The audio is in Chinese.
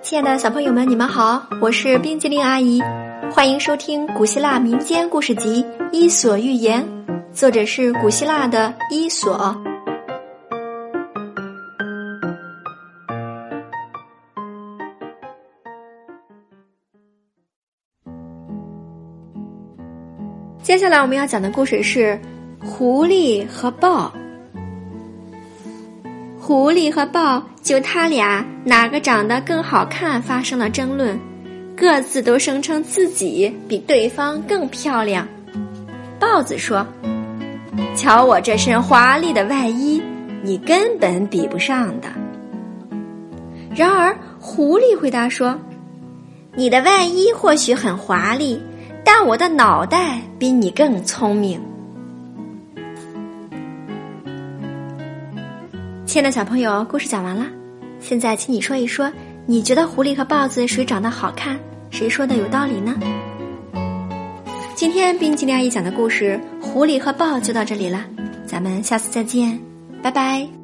亲爱的小朋友们，你们好，我是冰激凌阿姨，欢迎收听古希腊民间故事集《伊索寓言》，作者是古希腊的伊索。接下来我们要讲的故事是狐狸和豹。狐狸和豹就他俩哪个长得更好看发生了争论，各自都声称自己比对方更漂亮。豹子说：瞧我这身华丽的外衣，你根本比不上的。然而狐狸回答说：你的外衣或许很华丽，但我的脑袋比你更聪明。亲爱的小朋友，故事讲完了，现在请你说一说，你觉得狐狸和豹子谁长得好看，谁说的有道理呢？今天冰激凌阿姨讲的故事《狐狸和豹》就到这里了，咱们下次再见，拜拜。